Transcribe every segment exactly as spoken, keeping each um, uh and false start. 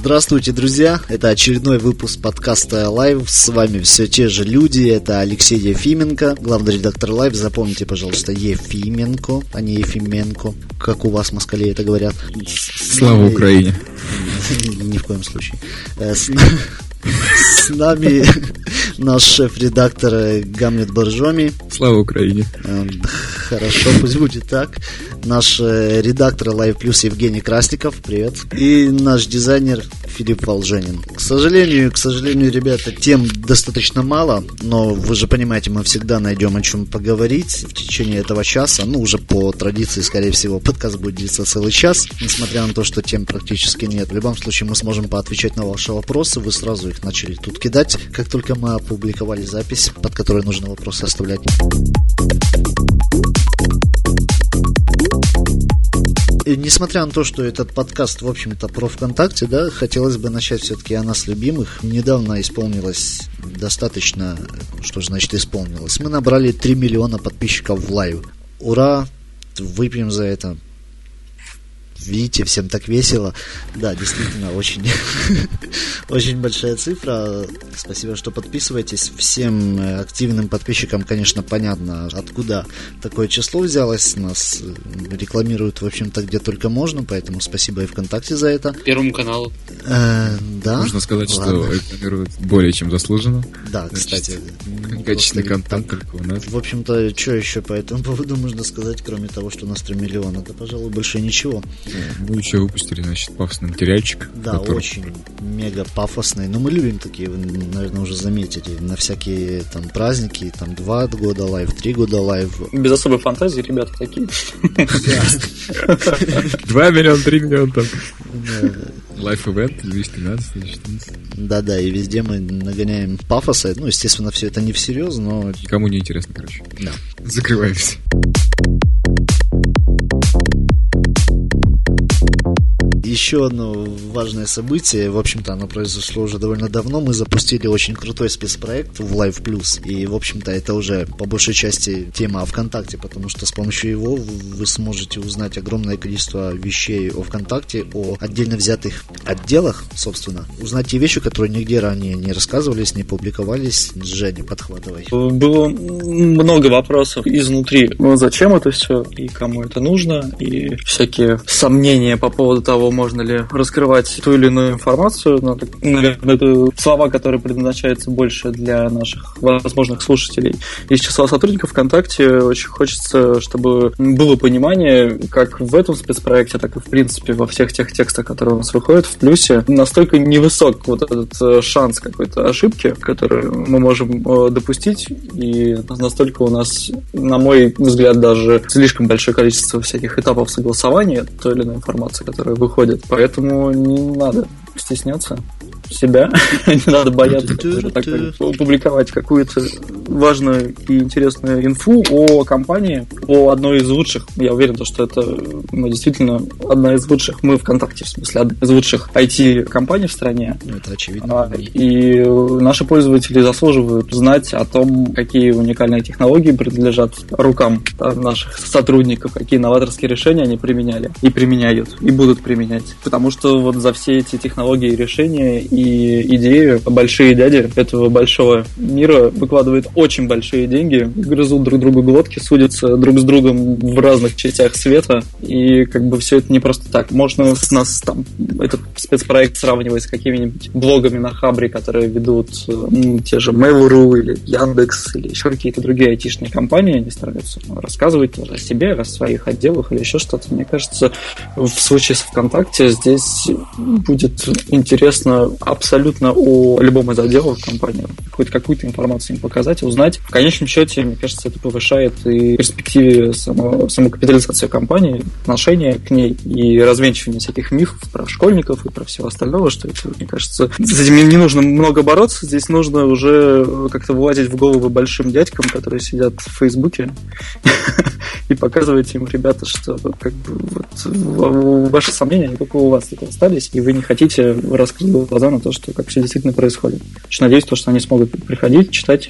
Здравствуйте, друзья! Это очередной выпуск подкаста Live. С вами все те же люди. Это Алексей Ефименко, главный редактор Live. Запомните, пожалуйста, Ефименко, а не Ефименко, как у вас, москали, это говорят. Слава Украине! Ни в коем случае. С нами наш шеф-редактор Гамлет Боржоми. Слава Украине! Хорошо, пусть будет так. Наш редактор Live Plus Евгений Красников, привет. И наш дизайнер Филипп Волженин. К сожалению, к сожалению, ребята, тем достаточно мало, но вы же понимаете, мы всегда найдем о чем поговорить в течение этого часа. Ну, уже по традиции, скорее всего, подкаст будет длиться целый час, несмотря на то, что тем практически нет. В любом случае, мы сможем поотвечать на ваши вопросы. Вы сразу их начали тут кидать, как только мы опубликовали запись, под которой нужно вопросы оставлять. И несмотря на то, что этот подкаст, в общем-то, про ВКонтакте, да, хотелось бы начать все-таки о нас любимых. Недавно исполнилось достаточно, что же значит исполнилось. Мы набрали три миллиона подписчиков в Live. Ура! Выпьем за это. Видите, всем так весело. Да, действительно, очень, очень большая цифра. Спасибо, что подписываетесь. Всем активным подписчикам, конечно, понятно, откуда такое число взялось. Нас рекламируют, в общем-то, где только можно, поэтому спасибо и ВКонтакте за это. Первому каналу. Э, да. Можно сказать, ладно. Что рекламируют более чем заслуженно. Да, кстати. Значит, качественный контент только у нас. В общем-то, что еще по этому поводу можно сказать, кроме того, что у нас три миллиона? Да, пожалуй, больше ничего. Мы еще выпустили, значит, пафосный материальчик. Да, который... очень мега пафосный. Но мы любим такие, вы, наверное, уже заметили. На всякие там праздники, там два года лайв, три года лайв. Без особой фантазии, ребята, такие. Два миллиона, три миллиона там. Лайф-эвент две тысячи тринадцатый. Да-да, и везде мы нагоняем пафоса. Ну, естественно, все это не всерьез, но... Никому не интересно, короче. Да. Закрываемся. Еще одно важное событие, в общем-то, оно произошло уже довольно давно. Мы запустили очень крутой спецпроект в Live Plus. И, в общем-то, это уже по большей части тема о ВКонтакте, потому что с помощью его вы сможете узнать огромное количество вещей о ВКонтакте, о отдельно взятых отделах, собственно. Узнать те вещи, которые нигде ранее не рассказывались, не публиковались. Женя, подхватывай. Было много вопросов изнутри. Ну, зачем это все и кому это нужно, и всякие сомнения по поводу того, можно ли раскрывать ту или иную информацию. Но, наверное, это слова, которые предназначаются больше для наших возможных слушателей. Из числа сотрудников ВКонтакте очень хочется, чтобы было понимание, как в этом спецпроекте, так и, в принципе, во всех тех текстах, которые у нас выходят в плюсе, настолько невысок вот этот шанс какой-то ошибки, который мы можем допустить, и настолько у нас, на мой взгляд, даже слишком большое количество всяких этапов согласования той или иной информации, которая выходит. Поэтому не надо стесняться себя, не надо бояться публиковать какую-то важную и интересную инфу о компании, о одной из лучших. Я уверен, что это ну, действительно одна из лучших. Мы ВКонтакте, в смысле, одна из лучших ай ти-компаний в стране. Ну, это очевидно. А, и наши пользователи заслуживают знать о том, какие уникальные технологии принадлежат рукам да, наших сотрудников, какие новаторские решения они применяли и применяют, и будут применять. Потому что вот за все эти технологии и решения и И идеи большие дяди этого большого мира выкладывают очень большие деньги, грызут друг другу глотки, судятся друг с другом в разных частях света, и как бы все это не просто так. Можно с нас там этот спецпроект сравнивать с какими-нибудь блогами на Хабре, которые ведут ну, те же Mail.ru или Яндекс или еще какие-то другие айтишные компании, они стараются рассказывать тоже о себе, о своих отделах или еще что-то. Мне кажется, в случае с ВКонтакте здесь будет интересно абсолютно о любом из отделов компании, хоть какую-то информацию им показать, узнать. В конечном счете, мне кажется, это повышает и в перспективе само, самокапитализацию компании, отношение к ней и развенчивание всяких мифов про школьников и про всего остального, что это, мне кажется, с этим не нужно много бороться, здесь нужно уже как-то вылазить в головы большим дядькам, которые сидят в Фейсбуке и показывать им, ребята, что как бы вот, ваши сомнения не только у вас только остались, и вы не хотите раскрыть глаза на то, что как все действительно происходит. Очень надеюсь, то, что они смогут приходить, читать те тексты,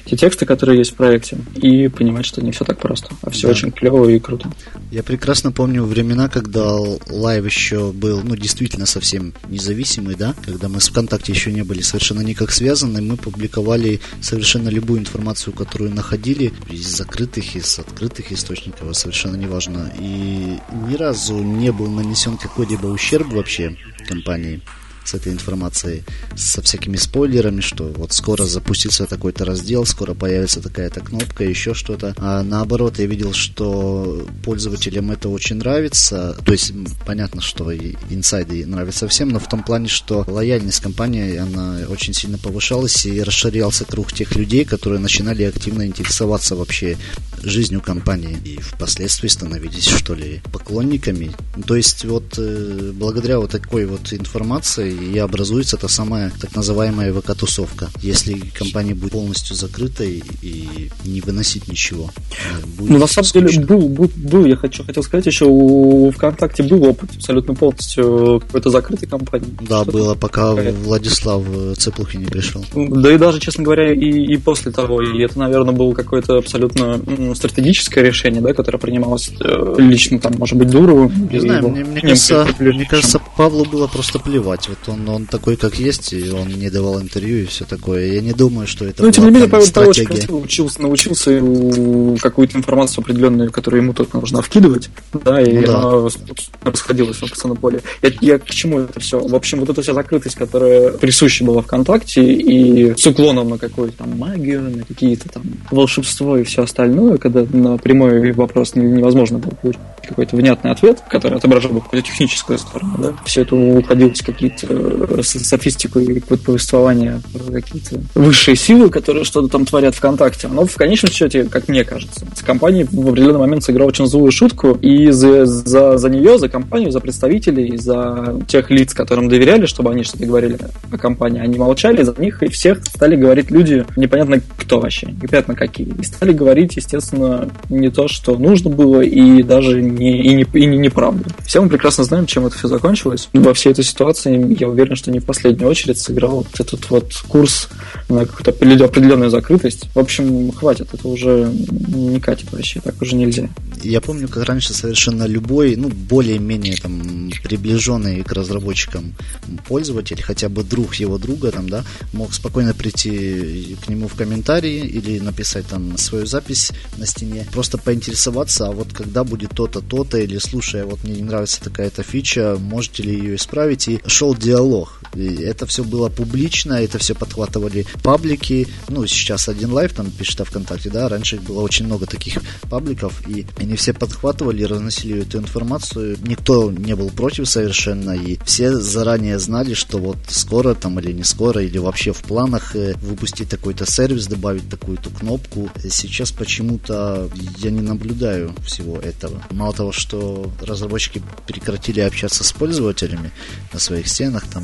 которые есть в проекте, и понимать, что не все так просто, а все да. очень клево и круто. Я прекрасно помню времена, когда Live еще был, ну, действительно совсем независимый, да, когда мы с ВКонтакте еще не были совершенно никак связаны, мы публиковали совершенно любую информацию, которую находили, из закрытых, из открытых источников, совершенно неважно, и ни разу не был нанесен какой-либо ущерб вообще компании с этой информацией, со всякими спойлерами, что вот скоро запустится такой-то раздел, скоро появится такая-то кнопка, еще что-то. А наоборот, я видел, что пользователям это очень нравится. То есть, понятно, что и инсайды нравятся всем, но в том плане, что лояльность компании, она очень сильно повышалась, и расширялся круг тех людей, которые начинали активно интересоваться вообще жизнью компании и впоследствии становились, что ли, поклонниками. То есть, вот э, благодаря вот такой вот информации и образуется та самая так называемая ВК-тусовка. Если компания будет полностью закрытой и не выносить ничего. Ну, на самом скучно. деле, был, был, был, я хочу, хотел сказать, еще у ВКонтакте был опыт абсолютно полностью какой-то закрытой компании. Да, что было, пока какая-то. Владислав Цеплухи не пришел. Да и даже, честно говоря, и, и после того. И это, наверное, было какое-то абсолютно ну, стратегическое решение, да, которое принималось э, лично, там, может быть, Дуровым. Не знаю, мне, мне, кажется, мне кажется, Павлу было просто плевать. Вот он, он такой, как есть, и он не давал интервью и все такое. Я не думаю, что это ну, тем не менее, Павел очень красиво учился, научился какую-то информацию определенную, которую ему только нужно вкидывать, да, и ну, да. она расходилась на поле. Я, я к чему это все? В общем, вот эта вся закрытость, которая присуща была ВКонтакте, и с уклоном на какую-то там магию, на какие-то там волшебство и все остальное, когда на прямой вопрос невозможно было получить какой-то внятный ответ, который отображал бы какую-то техническую сторону, да, все это уходилось в какие-то софистику и какое-то повествование, какие-то высшие силы, которые что-то там творят ВКонтакте. Но в конечном счете, как мне кажется, компания в определенный момент сыграла очень злую шутку, и за, за, за нее, за компанию, за представителей, за тех лиц, которым доверяли, чтобы они что-то говорили о компании, они молчали, за них и всех стали говорить люди непонятно кто вообще, непонятно какие. И стали говорить, естественно, не то, что нужно было, и даже не, и не, и не неправду. Все мы прекрасно знаем, чем это все закончилось. Во всей этой ситуации, я уверен, что не в последнюю очередь сыграл вот этот вот курс на какую-то определенную закрытость. В общем, хватит, это уже не катит вообще, так уже нельзя. Я помню, как раньше совершенно любой, ну, более-менее там приближенный к разработчикам пользователь, хотя бы друг его друга там, да, мог спокойно прийти к нему в комментарии или написать там свою запись на стене, просто поинтересоваться, а вот когда будет то-то, то-то, или слушай, вот мне не нравится такая-то фича, можете ли ее исправить, и шел диалог. И это все было публично, это все подхватывали паблики, ну, сейчас один лайв там пишет о ВКонтакте, да, раньше было очень много таких пабликов, и они все подхватывали, разносили эту информацию, никто не был против совершенно, и все заранее знали, что вот скоро там или не скоро, или вообще в планах выпустить такой-то сервис, добавить такую-то кнопку. Сейчас почему-то я не наблюдаю всего этого. Мало того, что разработчики прекратили общаться с пользователями на своих стенах, там,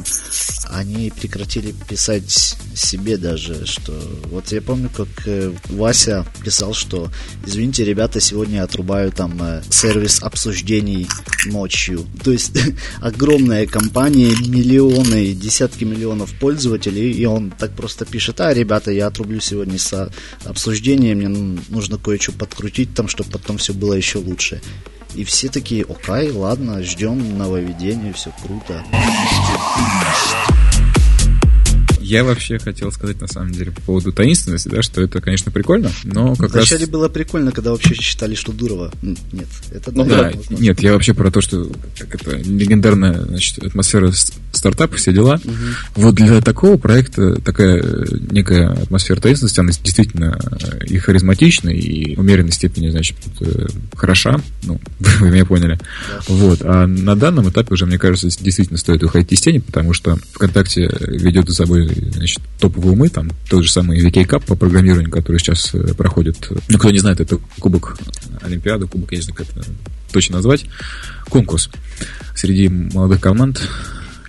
они прекратили писать себе даже, что... Вот я помню, как Вася писал, что извините, ребята, сегодня отрубаю там сервис обсуждений ночью. То есть огромная компания, миллионы, десятки миллионов пользователей, и он так просто пишет: а, ребята, я отрублю сегодня с обсуждением, мне нужно кое-что подкрутить там, чтобы потом все было еще лучше. И все такие: окей, ладно, ждем нововведения, все круто. Я вообще хотел сказать, на самом деле, по поводу таинственности, да, что это, конечно, прикольно, но как Вначале раз... было прикольно, когда вообще считали, что Дурова. Нет, это... Ну, да, нет, я вообще про то, что как это легендарная, значит, атмосфера стартапа, все дела. Угу. Вот для такого проекта такая некая атмосфера таинственности, она действительно и харизматична, и в умеренной степени, значит, хороша. Ну, вы меня поняли. Да. Вот. А на данном этапе уже, мне кажется, действительно стоит уходить из тени, потому что ВКонтакте ведет за собой, значит, топовые умы, там тот же самый ви кей Cup по программированию, который сейчас проходит. Ну, кто не знает, это кубок Олимпиады, кубок, я не знаю, как это точно назвать. Конкурс среди молодых команд,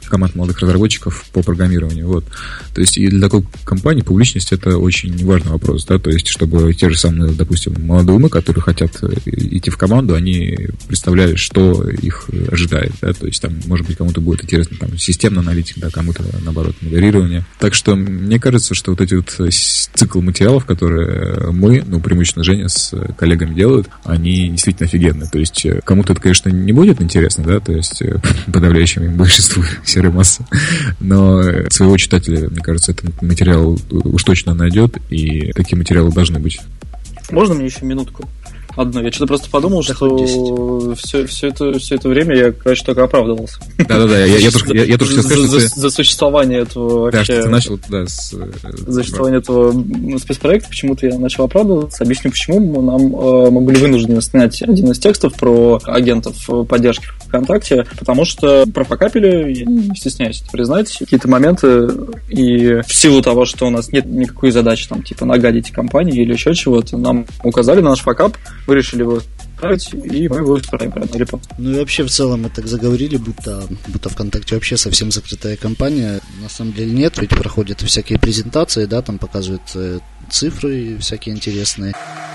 команд молодых разработчиков по программированию. Вот. То есть и для такой компании публичность — это очень важный вопрос, да, то есть чтобы те же самые, допустим, молодые умы, которые хотят идти в команду, они представляли, что их ожидает, да, то есть там, может быть, кому-то будет интересно там системная аналитика, да, кому-то, наоборот, моделирование. Так что мне кажется, что вот эти вот цикл материалов, которые мы, ну, преимущественно Женя с коллегами делают, они действительно офигенные. То есть кому-то это, конечно, не будет интересно, да, то есть подавляющему большинству серой массы, но своего читателя, мне кажется, этот материал уж точно найдет, и такие материалы должны быть. Можно мне еще минутку? Одно. Я что-то просто подумал, да, что все, все, это, все это время я, короче, только оправдывался. Да-да-да, я, я, тоже, я, я тоже хотел сказать, за, что за, за существование этого вообще... Да, что ты начал, да, с... За существование этого спецпроекта почему-то я начал оправдываться. Объясню, почему. Нам э, мы были вынуждены снять один из текстов про агентов поддержки ВКонтакте, потому что профокапили, я не стесняюсь это признать, какие-то моменты, и в силу того, что у нас нет никакой задачи, там, типа, нагадить компании или еще чего-то, нам указали на наш факап, мы решили его исправить, и мы его исправим прямо на репо. Ну и вообще в целом мы так заговорили, будто, будто ВКонтакте вообще совсем закрытая компания. На самом деле нет, ведь проходят всякие презентации, да, там показывают э, цифры всякие интересные.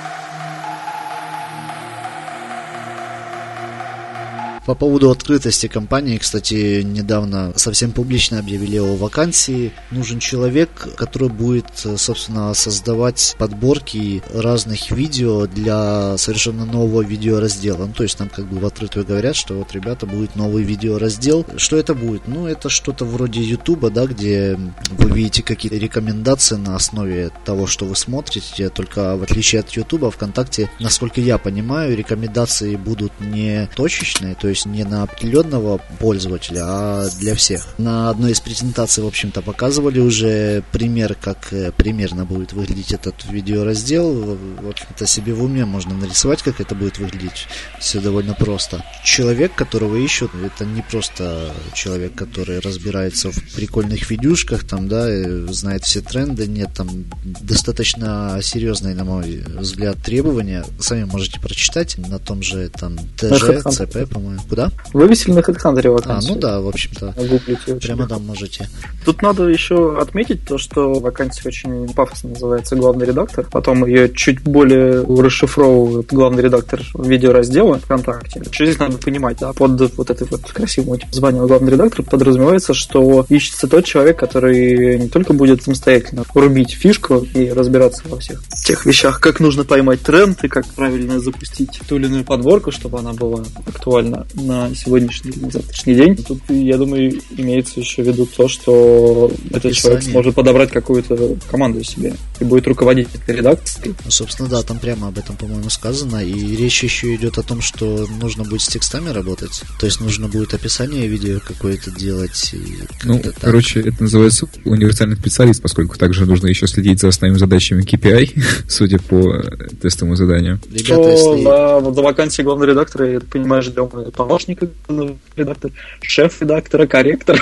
По поводу открытости компании, кстати, недавно совсем публично объявили о вакансии. Нужен человек, который будет, собственно, создавать подборки разных видео для совершенно нового видеораздела. Ну, то есть там как бы в открытую говорят, что вот, ребята, будет новый видеораздел. Что это будет? Ну, это что-то вроде Ютуба, да, где вы видите какие-то рекомендации на основе того, что вы смотрите, только в отличие от Ютуба, ВКонтакте, насколько я понимаю, рекомендации будут не точечные, то есть не на определенного пользователя, а для всех. На одной из презентаций, в общем-то, показывали уже пример, как примерно будет выглядеть этот видеораздел. В общем-то, себе в уме можно нарисовать, как это будет выглядеть. Все довольно просто. Человек, которого ищут, это не просто человек, который разбирается в прикольных видюшках, там, да, знает все тренды. Нет, там достаточно серьезные, на мой взгляд, требования. Сами можете прочитать на том же там тэ жэ, цэ пэ, по-моему. Куда? Вывесили на HeadHunter вакансию. А, ну да, в общем-то. Гуглите. Прямо там можете. Тут надо еще отметить то, что вакансия очень пафосно называется «Главный редактор». Потом ее чуть более расшифровывает главный редактор видеораздела ВКонтакте. Что здесь надо понимать? Да? Под вот этой вот красивым званием главный редактор подразумевается, что ищется тот человек, который не только будет самостоятельно рубить фишку и разбираться во всех тех вещах, как нужно поймать тренд и как правильно запустить ту или иную подборку, чтобы она была актуальна на сегодняшний или завтрашний день. Тут, я думаю, имеется еще в виду то, что этот Описание. человек сможет подобрать какую-то команду себе и будет руководить этой редакцией. Ну, собственно, да, там прямо об этом, по-моему, сказано. И речь еще идет о том, что нужно будет с текстами работать. То есть нужно будет описание видео какое-то делать. Ну, так. Короче, это называется универсальный специалист, поскольку также нужно еще следить за основными задачами кей пи ай, судя по тестовому заданию. Ребята, что если... за, за вакансией главного редактора, я понимаю, ждем помощника редактора, шеф-редактора, корректор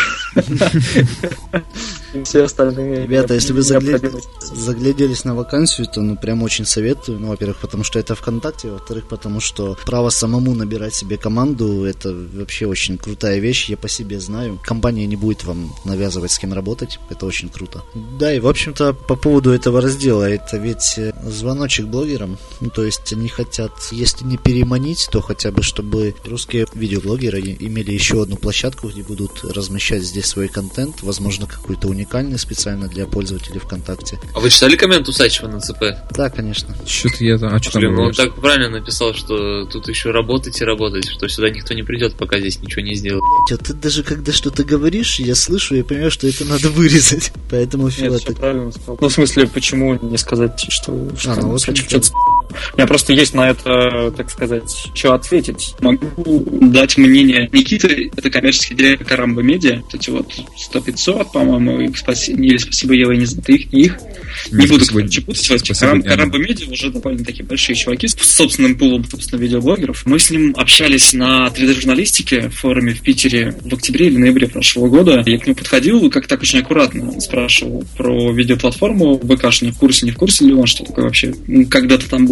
и все остальные. Ребята, если вы загляделись на вакансию, то ну прям очень советую. Ну, во-первых, потому что это ВКонтакте, во-вторых, потому что право самому набирать себе команду — это вообще очень крутая вещь, я по себе знаю. Компания не будет вам навязывать, с кем работать, это очень круто. Да, и в общем-то по поводу этого раздела, это ведь звоночек блогерам, ну то есть они хотят, если не переманить, то хотя бы чтобы русские видеоблогеры имели еще одну площадку, где будут размещать здесь свой контент, возможно, какой-то уникальный специально для пользователей ВКонтакте. А вы читали коммент Усачева на ЦП? Да, конечно. Что-то я... А что там Блин, он так правильно написал, что тут еще работать и работать, что сюда никто не придет, пока здесь ничего не сделает. А ты даже когда что-то говоришь, я слышу и понимаю, что это надо вырезать. Поэтому Фила так... правильно сказал. Ну, в смысле, почему не сказать, что... что а, ну, вот что-то... У меня просто есть на это, так сказать, что ответить. Могу дать мнение Никиты, это коммерческий директор Карамба Медиа, вот эти вот сто пятьсот, по-моему, и спаси... или спасибо, Ева, не знаю, их, не их. Не, не буду, короче, путать. Карам... Карамба Медиа уже довольно такие большие чуваки с собственным пулом, собственно, видеоблогеров. Мы с ним общались на три дэ-журналистике в форуме в Питере в октябре или ноябре прошлого года. Я к нему подходил и как так очень аккуратно спрашивал про видеоплатформу ВК, что не в курсе, не в курсе ли он, что такое вообще когда-то там будет.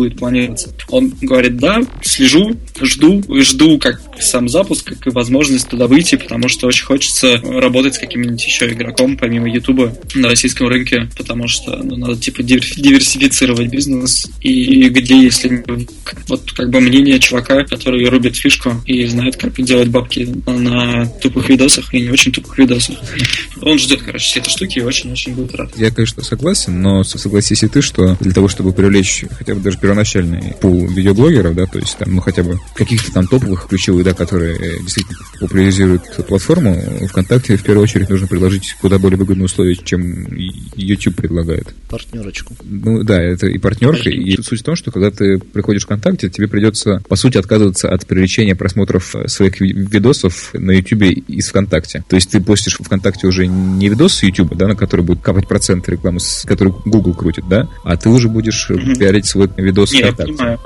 будет планироваться. Он говорит, да, слежу, жду, жду как сам запуск, как и возможность туда выйти, потому что очень хочется работать с каким-нибудь еще игроком, помимо Ютуба, на российском рынке, потому что ну, надо типа диверсифицировать бизнес, и где, если вот как бы мнение чувака, который рубит фишку и знает, как делать бабки на тупых видосах и не очень тупых видосах. Он ждет, короче, все эти штуки и очень-очень будет рад. Я, конечно, согласен, но согласись и ты, что для того, чтобы привлечь хотя бы даже первоначальный пул видеоблогеров, да, то есть там, ну, хотя бы каких-то там топовых ключевых, да, которые действительно популяризируют платформу, ВКонтакте в первую очередь нужно предложить куда более выгодные условия, чем YouTube предлагает. Партнерочку. Ну да, это и партнерка, и суть в том, что когда ты приходишь в ВКонтакте, тебе придется, по сути, отказываться от привлечения просмотров своих видосов на YouTube из ВКонтакте. То есть ты постишь в ВКонтакте уже не видос с YouTube, да, на который будет капать процент рекламы, который Google крутит, да, а ты уже будешь mm-hmm. пиарить свой видос не, ВКонтакте. Я понимаю.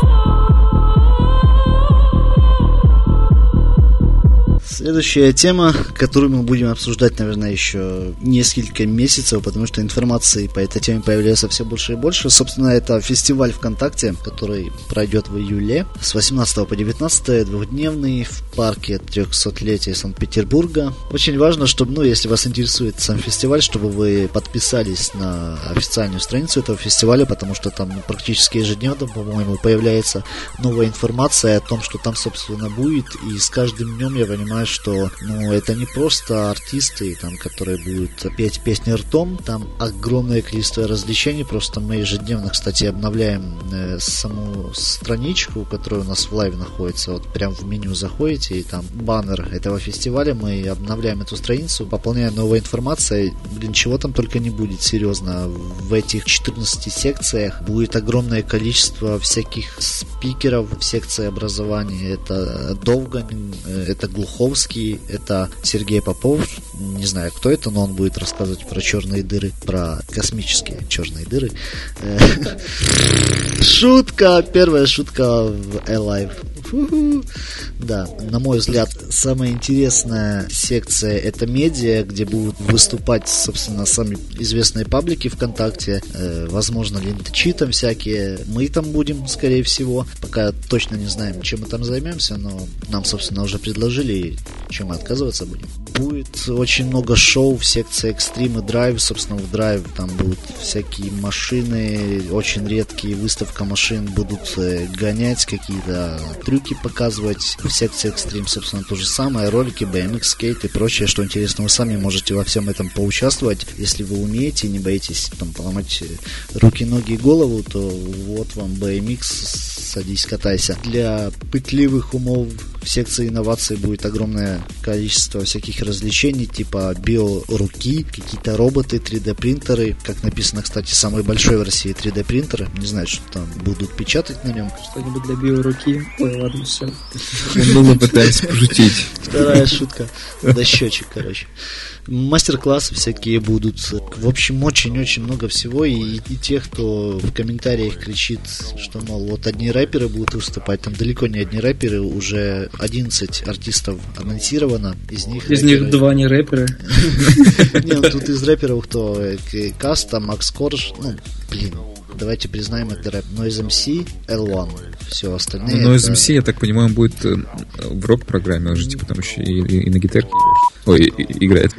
Следующая тема, которую мы будем обсуждать, наверное, еще несколько месяцев, потому что информации по этой теме появляется все больше и больше. Собственно, это фестиваль ВКонтакте, который пройдет в июле с восемнадцатого по девятнадцатое, двухдневный, в парке трехсотлетия Санкт-Петербурга. Очень важно, чтобы, ну, если вас интересует сам фестиваль, чтобы вы подписались на официальную страницу этого фестиваля, потому что там ну, практически ежедневно, по-моему, появляется новая информация о том, что там, собственно, будет, и с каждым днем я понимаю, что ну, это не просто артисты, там, которые будут петь песни ртом, там огромное количество развлечений, просто мы ежедневно, кстати, обновляем э, саму страничку, которая у нас в лайве находится, вот прям в меню заходите, и там баннер этого фестиваля, мы обновляем эту страницу, пополняем новой информацией, блин, чего там только не будет, серьезно, в этих четырнадцати секциях будет огромное количество всяких спикеров в секции образования, это Довганин, это Глуховский, это Сергей Попов, не знаю, кто это, но он будет рассказывать про черные дыры, про космические черные дыры. Шутка, первая шутка в Alive. Да, на мой взгляд, самая интересная секция — это медиа, где будут выступать, собственно, сами известные паблики ВКонтакте, э, возможно, лентачи там всякие, мы там будем, скорее всего, пока точно не знаем, чем мы там займемся, но нам, собственно, уже предложили, чем мы отказываться будем. Будет очень много шоу в секции Extreme и Drive, собственно, в Drive там будут всякие машины, очень редкие, выставка машин, будут э, гонять какие-то трюки показывать. В секции Extreme, собственно, то же самое, ролики, би эм икс, скейт и прочее, что интересно, вы сами можете во всем этом поучаствовать, если вы умеете, не боитесь там поломать руки, ноги и голову, то вот вам би эм икс, садись, катайся. Для пытливых умов в секции инноваций будет огромное количество всяких развлечений, типа биоруки, какие-то роботы, три дэ принтеры, как написано, кстати, самый большой в России три дэ принтер, не знаю, что там будут печатать на нем. Что-нибудь для биоруки. Ой, ладно, все. Мы пытались пошутить. Вторая шутка. Да, счетчик, короче. Мастер-классы всякие будут. В общем, очень-очень много всего. И, и тех, кто в комментариях кричит, что, мол, вот одни рэперы будут выступать. Там далеко не одни рэперы. Уже одиннадцать артистов анонсировано. Из них Из них два не рэперы. Нет, тут из рэперов кто? Каста, Макс Корж. Ну, блин. Давайте признаем, это рэп. Noise эм си, эл один. Все остальные. Ну, Noise эм си, я так понимаю, будет в рок-программе, он же типа там еще и, и, и на гитарке. Ой, и, и, играет.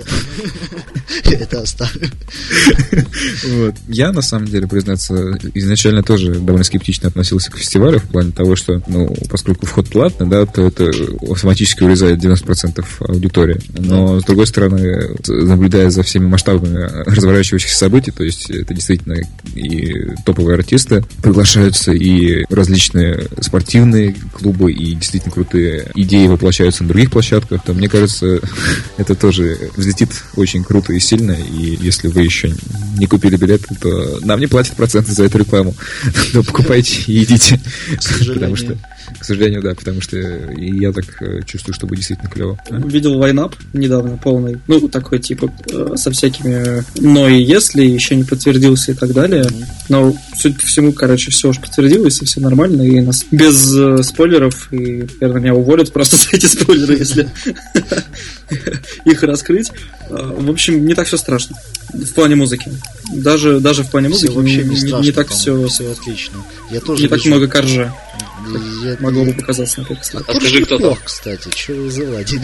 Это оставим. Вот. Я, на самом деле, признаться, изначально тоже довольно скептично относился к фестивалю в плане того, что, ну, поскольку вход платный, да, то это автоматически урезает девяносто процентов аудитории. Но, с другой стороны, наблюдая за всеми масштабами разворачивающихся событий, то есть это действительно и топовые артисты приглашаются, и различные спортивные клубы, и действительно крутые идеи воплощаются на других площадках, то, мне кажется, это тоже взлетит очень круто и сильно, и если вы еще не купили билеты, то нам не платят проценты за эту рекламу. Но покупайте и идите. Потому что, к сожалению, да, потому что я так чувствую, что будет действительно клево. Видел лайнап недавно полный, ну, такой типа со всякими но и если еще не подтвердился и так далее. Но, судя по всему, короче, все уж подтвердилось, и все нормально, и нас без э, спойлеров, и, наверное, меня уволят просто за эти спойлеры, если их раскрыть. В общем, не так все страшно в плане музыки. Даже, даже в плане музыки вообще не, не, страшно, не так все, все отлично. Я тоже не вижу... так много коржа. Я... Могло бы показаться на первый взгляд. А скажи, кто там? Кстати, что вы заладили?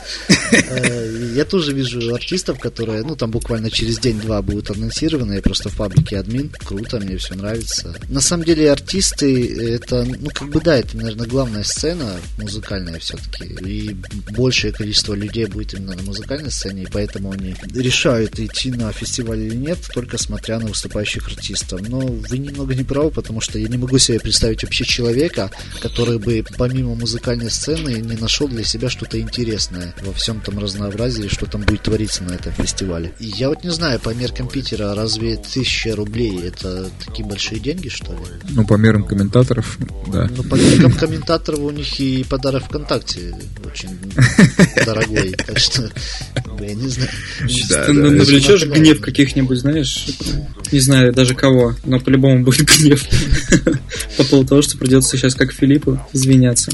Я тоже вижу артистов, которые, ну, там буквально через день-два будут анонсированы. Я просто в паблике админ. Круто, мне все нравится. На самом деле артисты, это, ну, как бы, да, это, наверное, главная сцена музыкальная все-таки. И большее количество людей будет именно на музыкальной сцене, и поэтому они решают, идти на фестиваль или нет, только смотря на выступающих артистов. Но вы немного не правы, потому что я не могу себе представить вообще человека, который бы помимо музыкальной сцены не нашел для себя что-то интересное во всем том разнообразии, что там будет твориться на этом фестивале. И я вот не знаю, по меркам Питера, разве тысяча рублей это такие большие деньги, что ли? Ну, по меркам комментаторов, да. Ну, по меркам комментаторов у них и подарок ВКонтакте очень дорогой, так что я не знаю. Ты навлечешь гнев каких-нибудь, знаешь, не знаю даже кого, но по-любому будет гнев по поводу того, что придется сейчас, как Филиппу, извиняться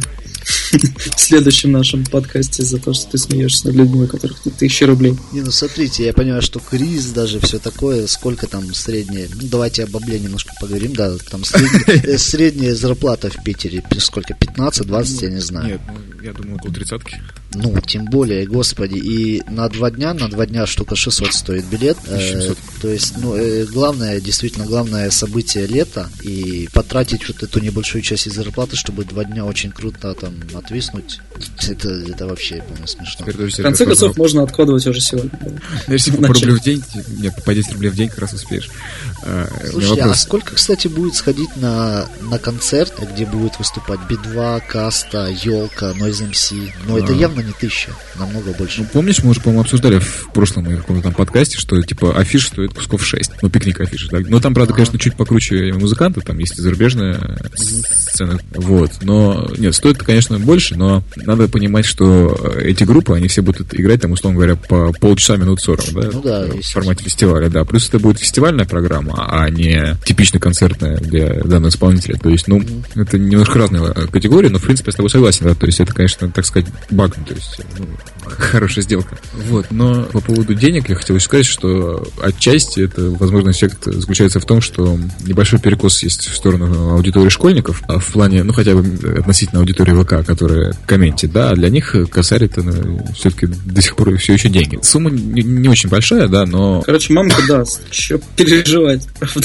в следующем нашем подкасте за то, что ты смеешься над людьми, у которых тысячи рублей. Не, ну смотрите, я понимаю, что криз, даже все такое, сколько там средняя, ну давайте об Бабле немножко поговорим, да, там средняя, средняя зарплата в Питере, сколько, пятнадцать-двадцать, я не знаю. Нет, ну, я думаю, около тридцатки. Ну, тем более, господи, и на два дня, на два дня штука шестьсот стоит билет, э, то есть, ну, э, главное, действительно, главное событие лета, и потратить вот эту небольшую часть из зарплаты, чтобы два дня очень круто там отвиснуть, это, это вообще, по-моему, смешно. В конце концов, можно откладывать уже сегодня. Если по рублю в день, нет, по десять рублей в день как раз успеешь. Слушай, а сколько, кстати, будет сходить на, на концерт, где будут выступать би два, Каста, Ёлка, Noise эм си? Ну, это явно не тысяча, намного больше. Ну, помнишь, мы уже, по-моему, обсуждали в прошлом каком-то там подкасте, что, типа, афиша стоит кусков шесть. Ну, пикник афиши, да. Но там, правда, конечно, чуть покруче музыканты, там есть и зарубежная сцена. Вот. Но, нет, стоит, конечно, больше, но надо понимать, что эти группы, они все будут играть, там, условно говоря, по полчаса, минут сорок, да? Ну, да, в формате фестиваля, да. Плюс это будет фестивальная программа, а не типично концертная для данного исполнителя. То есть, ну, mm-hmm. это немножко разные категории, но, в принципе, я с тобой согласен, да. То есть, это, конечно, так сказать, баг, то есть, ну, хорошая сделка. Вот. Но по поводу денег я хотел еще сказать, что отчасти это, возможно, эффект заключается в том, что небольшой перекос есть в сторону аудитории школьников, а в плане, ну, хотя бы относительно аудитории ВК, которая комментит, да, а для них косарь это, ну, все-таки до сих пор все еще деньги. Сумма не, не очень большая, да, но... Короче, мамка даст. Че переживать, правда?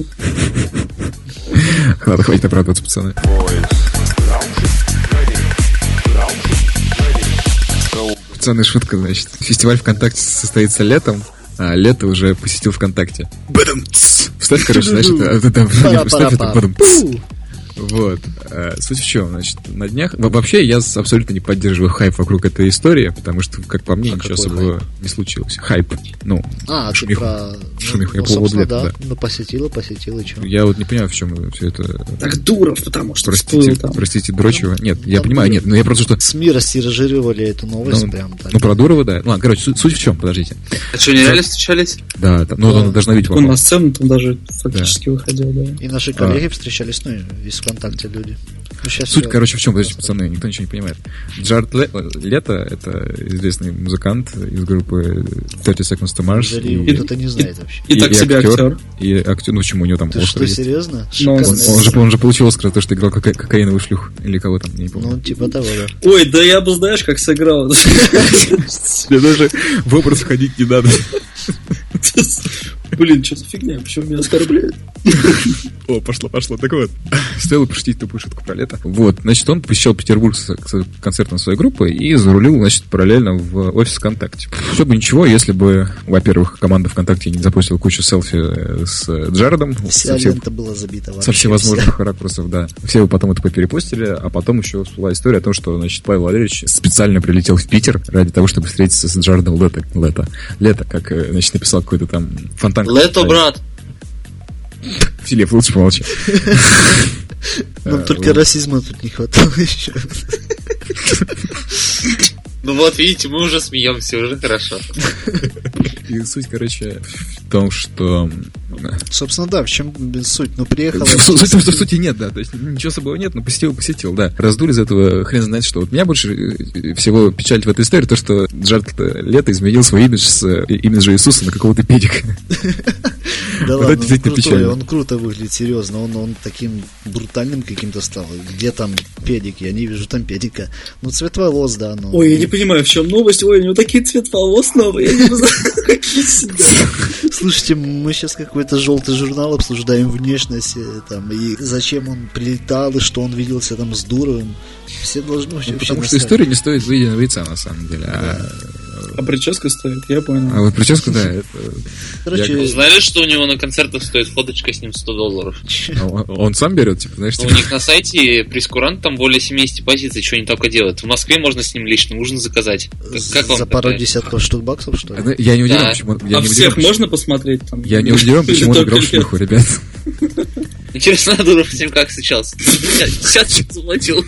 Ладно, хватит оправдываться, пацаны. Пацаны, шутка, значит. Фестиваль ВКонтакте состоится летом, а лето уже посетил ВКонтакте. Бадам! Вставь, короче, значит, вставь это бадам! Вот. Суть в чем, значит, на днях... Вообще, я абсолютно не поддерживаю хайп вокруг этой истории, потому что, как по мне, а ничего особо хайп? не случилось. Хайп. Ну, а, шумиху. Про... Шумиху. Ну, я по поводу да. да. Ну, посетила, посетила, и что? Я вот не понимаю, в чем все это... Так Дуров, потому что Простите, простите, Дрочева. Нет, ну, я понимаю, нет, но я просто что... СМИ растиражировали эту новость ну, прям так. Ну, про Дурова, да. Ну, короче, суть, суть в чем, подождите. А что, нереально встречались? Да, там, ну, да. он должна видеть. Он на сцену там даже фактически да. выходил, да. И наши коллеги а. встречались, ну, из ВКонтакте люди. Ну, Суть, все... короче, в чем, подождите, пацаны, никто ничего не понимает. Джаред Лето — это известный музыкант из группы тридцать Seconds to Mars. И кто-то не знает вообще. И, и, и так себе актер. актер. И актер, ну почему у него там Ты Оскар что, есть. Серьезно? Он, он, же, он же получил Оскар за то, что играл кока- кокаиновую шлюху. Или кого там, я не помню. Ну, типа того, да. Ой, да я бы, знаешь, как сыграл. Мне даже в образ входить не надо. Блин, что за фигня? Почему меня оскорбляют? О, пошло, пошло. Так вот, стоило пошутить тупую шутку про лето. Вот, значит, он посещал Петербург с концертом своей группы и зарулил, значит, параллельно в офис ВКонтакте. Все бы ничего, если бы, во-первых, команда ВКонтакте не запустила кучу селфи с Джаредом. Вся лента была забита вообще. Со всевозможных ракурсов, да. Все его потом это поперепостили, а потом еще всплыла история о том, что, значит, Павел Валерьевич специально прилетел в Питер ради того, чтобы встретиться с Джаредом Лето. Лето. Лето, как, значит, написал какой-то там фонтан. Лето, брат! Филипп, лучше помолчи. Нам только расизма тут не хватало еще. Ну вот, видите, мы уже смеемся, уже хорошо. И суть, короче, в том, что удобно. Собственно, да, в чем суть? Ну, приехал... В сути нет, да, то есть ничего особого нет, но посетил, посетил, да. Раздули из этого хрен знает что. Вот меня больше всего печалит в этой истории то, что Джаред Лето изменил свой имидж с имиджа Иисуса на какого-то педика. Да ладно, он крутой, он круто выглядит, серьезно, он, он таким брутальным каким-то стал. Где там педик? Я не вижу там педика. Ну, цвет волос, да. Но... Ой, я не понимаю, в чем новость. Ой, у него такие цвет волос новые, я не знаю, какие всегда. Слушайте, мы сейчас какой-то желтый журнал обсуждаем внешность, там, и зачем он прилетал, и что он виделся там с Дуровым. Все должны вообще... Ну, потому что история не стоит выеденного яйца, на самом деле. Да. А... а прическа стоит, я понял. А вот прическа, да. Это... Короче... Вы знали, что у него на концертах стоит фоточка с ним сто долларов? Он, он сам берет, типа, знаешь? У них на сайте прескурант там более семьдесят позиций, что они только делают. В Москве можно с ним лично ужин заказать. Как вам за пару такая? Десятков штук баксов, что ли? Я не удивлен, да. почему... Я а не всех удивлен, можно посмотреть? Там, я не удивлен, почему он играл в шлюху, ребят. Интересно, Дуров с ним как сейчас? Сейчас заплатил.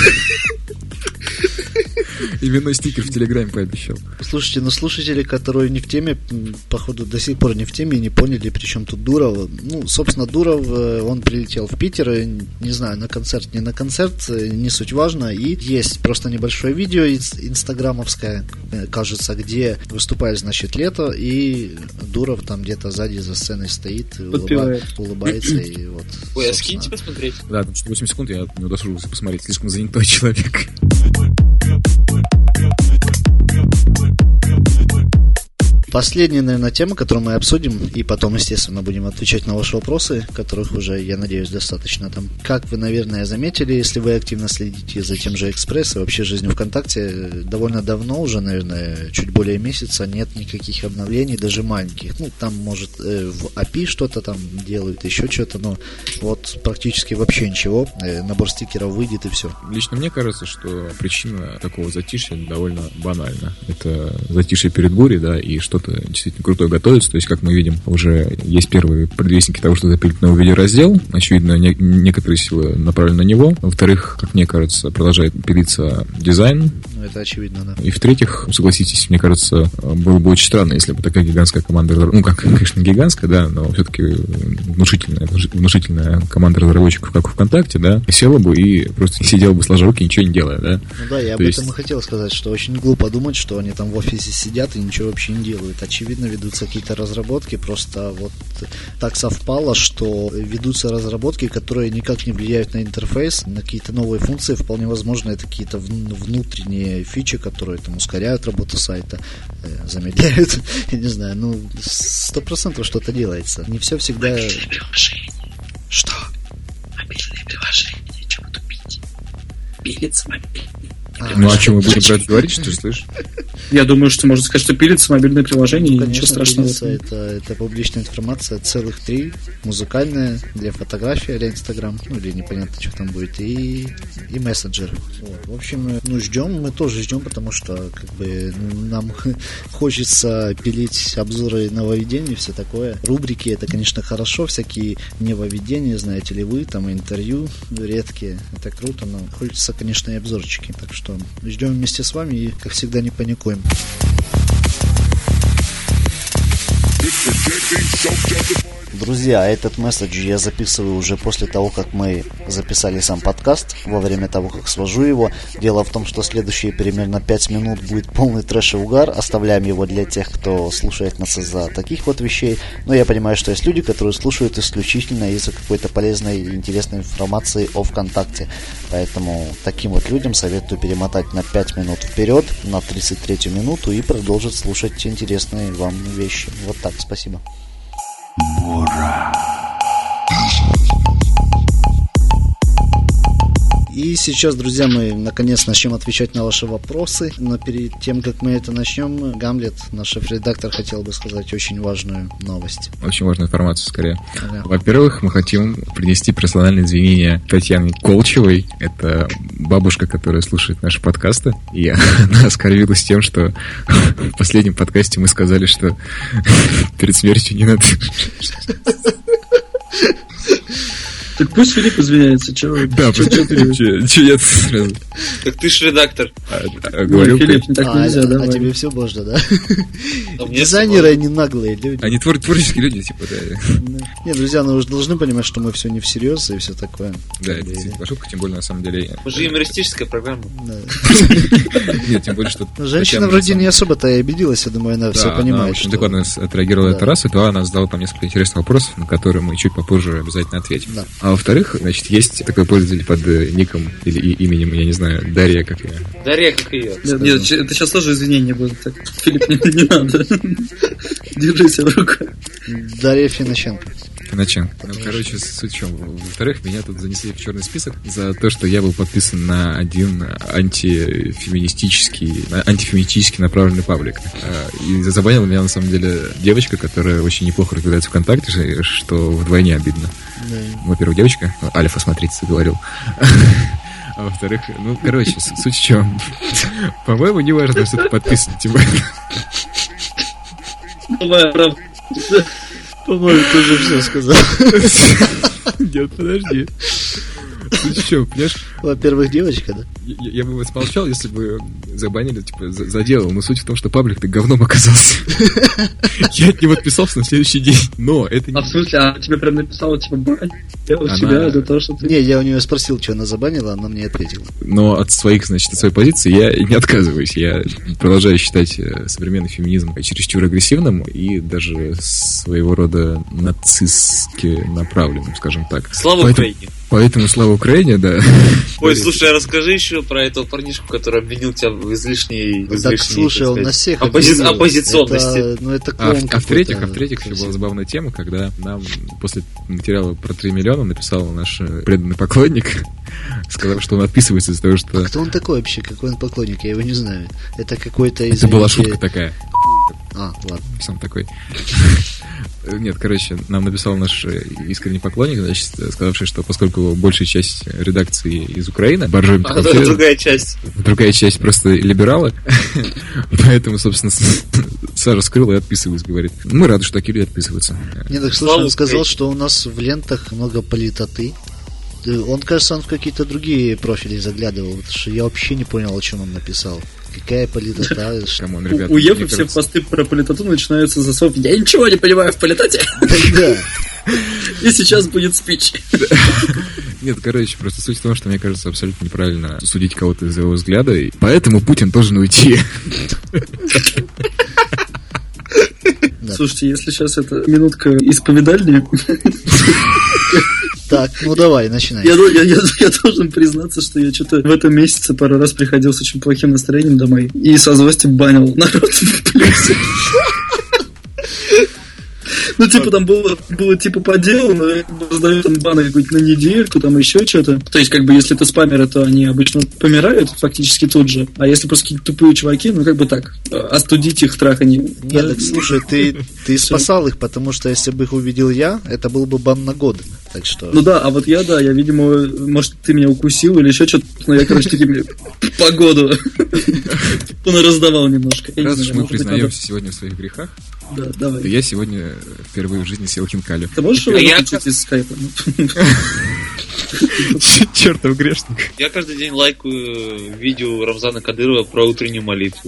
Именной стикер в Телеграме пообещал. Слушайте, ну слушатели, которые не в теме, походу до сих пор не в теме и не поняли, при чем тут Дуров. Ну, собственно, Дуров, он прилетел в Питер, не знаю, на концерт, не на концерт, не суть важно. И есть просто небольшое видео инстаграмовское, кажется, где выступает, значит, Лето, и Дуров там где-то сзади за сценой стоит, улыба... улыбается. И вот, ой, а скиньте посмотреть. Да, там что-то восемь секунд, я не удосужился посмотреть, слишком занятой человек. Последняя, наверное, тема, которую мы обсудим, и потом, естественно, будем отвечать на ваши вопросы, которых уже, я надеюсь, достаточно там. Как вы, наверное, заметили, если вы активно следите за тем же Экспресс и вообще жизнью ВКонтакте, довольно давно уже, наверное, чуть более месяца нет никаких обновлений, даже маленьких. Ну, там, может, э, в эй пи ай что-то там делают, еще что-то, но вот практически вообще ничего. Э, набор стикеров выйдет и все. Лично мне кажется, что причина такого затишья довольно банальна. Это затишье перед бурей, да, и что-то действительно крутое готовится. То есть, как мы видим, уже есть первые предвестники того, что запилит новый видеораздел. Очевидно, не- некоторые силы направлены на него. Во-вторых, как мне кажется, продолжает пилиться дизайн. Ну, это очевидно, да. И в-третьих, согласитесь, мне кажется, было бы очень странно, если бы такая гигантская команда, ну, как, конечно, гигантская, да, но все-таки внушительная, внушительная команда разработчиков, как в ВКонтакте, да, села бы и просто сидела бы сложа руки, ничего не делая, да. Ну да, я об То этом есть... и хотел сказать, что очень глупо думать, что они там в офисе сидят и ничего вообще не делают. Очевидно, ведутся какие-то разработки, просто вот так совпало, что ведутся разработки, которые никак не влияют на интерфейс, на какие-то новые функции, вполне возможно, это какие-то внутренние фичи, которые там ускоряют работу сайта, замедляют, я не знаю, ну, сто процентов что-то делается. Не все всегда... Мобильные приложения. Что? Мобильные приложения, чего тупить? Пилится мобильный. А, ну, о чем мы будем про это говорить, что ли, слышишь? Я думаю, что можно сказать, что пилится мобильное приложение, ну, и конечно, ничего страшного. пилится, это, это публичная информация, целых три, музыкальная, для фотографии, для Инстаграм, ну, или непонятно, что там будет, и, и мессенджер. Вот. В общем, ну, ждем, мы тоже ждем, потому что, как бы, нам хочется пилить обзоры нововведений и все такое. Рубрики, это, конечно, хорошо, всякие нововведения, знаете ли вы, там, интервью редкие, это круто, но хочется, конечно, и обзорчики, так что ждем вместе с вами и, как всегда, не паникуем. Друзья, этот месседж я записываю уже после того, как мы записали сам подкаст, во время того, как свожу его. Дело в том, что следующие примерно пять минут будет полный трэш и угар. Оставляем его для тех, кто слушает нас из-за таких вот вещей. Но я понимаю, что есть люди, которые слушают исключительно из-за какой-то полезной и интересной информации о ВКонтакте. Поэтому таким вот людям советую перемотать на пять минут вперед, на тридцать третью минуту, и продолжить слушать интересные вам вещи. Вот так, спасибо. И сейчас, друзья, мы наконец начнем отвечать на ваши вопросы. Но перед тем, как мы это начнем, Гамлет, наш шеф-редактор, хотел бы сказать очень важную новость. Очень важную информацию, скорее. Ага. Во-первых, мы хотим принести персональные извинения Татьяне Колчевой. Это бабушка, которая слушает наши подкасты. И она оскорбилась тем, что в последнем подкасте мы сказали, что перед смертью не надо... Так пусть Филипп извиняется, чего? Да, чё, чё ты... Че я сразу? Так ты ж редактор. А, а, говорю, Филипп, не так А, нельзя, а давай. тебе все можно, да? А мне Дизайнеры, они наглые люди. они твор- творческие люди, типа, да. Не, друзья, ну вы же должны понимать, что мы все не всерьез и все такое. Да, это действительно шутка, тем более, на самом деле... Мы же юмористическая программа. Да. Нет, тем более, что... Ну, женщина вроде не особо-то и обиделась, я думаю, она все Да, она понимает. очень что- адекватно отреагировала Да. на раз, и то она задала там несколько интересных вопросов, на которые мы чуть попозже обязательно ответим. Да. А во-вторых, значит, есть такой пользователь под э, ником или и- именем, я не знаю, Дарья, как я. Дарья, как ее. Нет, нет, ч- это сейчас тоже извинения будут. Так, Филипп, не, не надо. Держи себя в руках. Дарья Финоченко. Финоченко. Ну, короче, суть в чем. Во-вторых, меня тут занесли в черный список за то, что я был подписан на один антифеминистический, на антифеминистически направленный паблик. А, И забанила меня, на самом деле, девочка, которая очень неплохо разбирается ВКонтакте, что- что вдвойне обидно. Да. Во-первых, девочка, Альфа, смотрите, говорил. А во-вторых, ну, короче, с- суть в чем. По-моему, не важно, что ты подписан, тем более. Давай, правда. По-моему, ты уже все сказал. Нет, подожди. Суть в чем, понимаешь? Во-первых, девочка, да? Я, я бы вот смолчал, если бы забанили, типа, за- заделал. Но суть в том, что паблик-то говном оказался. Я от него отписался на следующий день. Но это А в не... смысле, она тебе прям написала, типа, бань, я у Она- тебя за то, что ты... Не, я у нее спросил, что она забанила, она мне ответила. Но от своих, значит, от своей позиции я не отказываюсь. Я продолжаю считать э, современный феминизм чересчур агрессивным и даже своего рода нацистски направленным, скажем так. Слава Поэтому- Украине. Поэтому слава Украине, да. Ой, слушай, а расскажи еще про этого парнишку, который обвинил тебя в излишней... в Так, излишней, слушай, так он сказать, на всех оппози- обвинил. оппозиционности. Это, ну, это А, клоун в- а в какой-то. третьих, а в третьих еще была забавная тема, когда нам после материала про три миллиона написал наш э, преданный поклонник, сказав, что он отписывается из-за того, что... Кто он такой вообще? Какой он поклонник? Я его не знаю. Это какой-то из... Это была шутка такая. А, ладно. Сам такой. Нет, короче, нам написал наш э, искренний поклонник, значит, сказавший, что поскольку большая часть редакции из Украины, боржоми А это другая часть. другая часть просто либералы, поэтому, собственно, Саша скрыл и отписываюсь, говорит. Мы рады, что такие люди отписываются. Не, так слушай, Слава он сказал, Украине. что у нас в лентах много политоты. Э, Он, кажется, он в какие-то другие профили заглядывал, потому что я вообще не понял, о чем он написал. Какая политота? Ш- Камон, ребята. У Ефы мне все кажется- посты про политоту начинаются за слов «Я ничего не понимаю в политоте!» Да. И сейчас будет спич. Нет, короче, просто суть в том, что мне кажется абсолютно неправильно судить кого-то из его взгляда, и поэтому Путин должен уйти. Да. Слушайте, если сейчас это минутка исповедальни, Так, ну давай, начинай. я, я, я, я должен признаться, что я что-то в этом месяце пару раз приходил с очень плохим настроением домой и со злости банил народ в плюсе. Ну, типа, там было, было типа по делу, но раздают там баны какую-то на недельку, там еще что-то. То есть, как бы, если это спамеры, то они обычно помирают фактически тут же. А если просто какие-то тупые чуваки, ну, как бы так, остудить их траханье. Нет, так слушай, ты, ты спасал их, потому что если бы их увидел я, это был бы бан на год. Так что... Ну да, а вот я, да, я, видимо, может, ты меня укусил или еще что-то, но я, короче, таким погоду он раздавал немножко. Я не Раз уж знаю, мы может быть, признаемся сегодня в своих грехах, надо- Да, то давай. я сегодня впервые в жизни съел хинкали. Ты можешь А его я- выключить из скайпа? Чертов грешник. Я каждый день лайкаю видео Рамзана Кадырова про утреннюю молитву.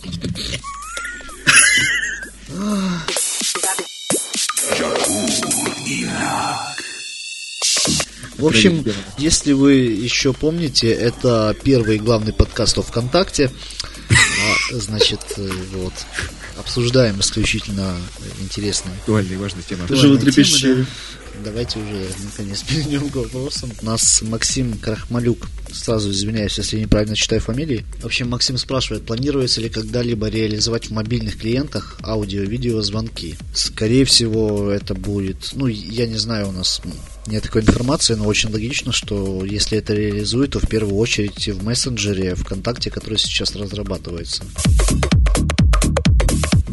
В общем, если вы еще помните, это первый главный подкаст о ВКонтакте. А, значит, э, вот, обсуждаем исключительно интересные. Актуальная и важная тема. Животрепещущие. темы, да. Давайте уже наконец перейдем к вопросам. У нас Максим Крахмалюк. Сразу извиняюсь, если неправильно читаю фамилии. В общем, Максим спрашивает, планируется ли когда-либо реализовать в мобильных клиентах аудио-видео звонки. Скорее всего, это будет, ну, я не знаю, у нас нет такой информации, но очень логично, что если это реализует, то в первую очередь в мессенджере ВКонтакте, который сейчас разрабатывается.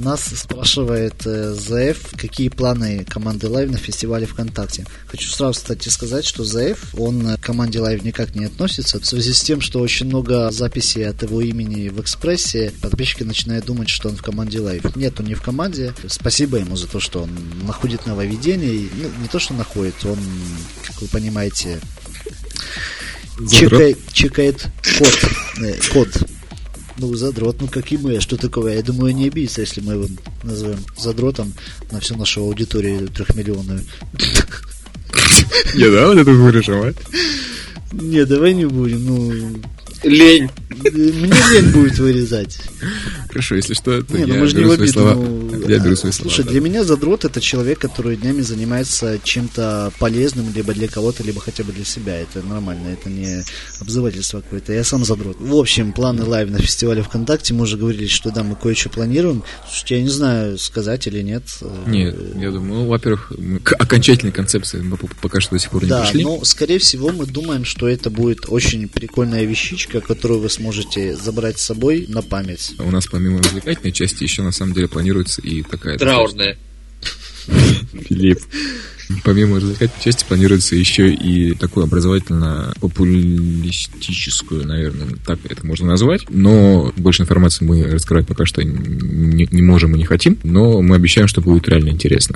Нас спрашивает э, ЗФ, какие планы команды Live на фестивале ВКонтакте. Хочу сразу, кстати, сказать, что ЗФ, он к команде Live никак не относится, в связи с тем, что очень много записей от его имени в Экспрессе, подписчики начинают думать, что он в команде Live. Нет, он не в команде. Спасибо ему за то, что он находит нововведения. И, ну, не то, что находит, он, как вы понимаете, чекает, чекает код. Э, код. Ну, задрот, ну как и мы, что такое? Я думаю, не обидится, если мы его назовем задротом на всю нашу аудиторию трехмиллионную. Не, да, вот это будешь решать? Не, давай не будем, ну... Лень. Мне лень будет вырезать. Хорошо, если что, то не, ну я, мы же беру не свои обиду, слова, ну, я беру свои слова. Слушай, да. для меня задрот — это человек, который днями занимается чем-то полезным, либо для кого-то, либо хотя бы для себя. Это нормально, это не обзывательство какое-то. Я сам задрот. В общем, планы Live на фестивале ВКонтакте. Мы уже говорили, что да, мы кое-что планируем. Слушайте, я не знаю, сказать или нет. Нет, я думаю, ну, во-первых, мы к окончательной концепции мы пока что до сих пор не да, пришли. Да, но, скорее всего, мы думаем, что это будет очень прикольная вещичка, которую вы сможете забрать с собой на память. У нас помимо развлекательной части еще на самом деле планируется и такая... Траурная. Филипп. Помимо развлекательной части планируется еще и такую образовательно-популистическую, наверное, так это можно назвать. Но больше информации мы раскрывать пока что не, не можем и не хотим. Но мы обещаем, что будет реально интересно.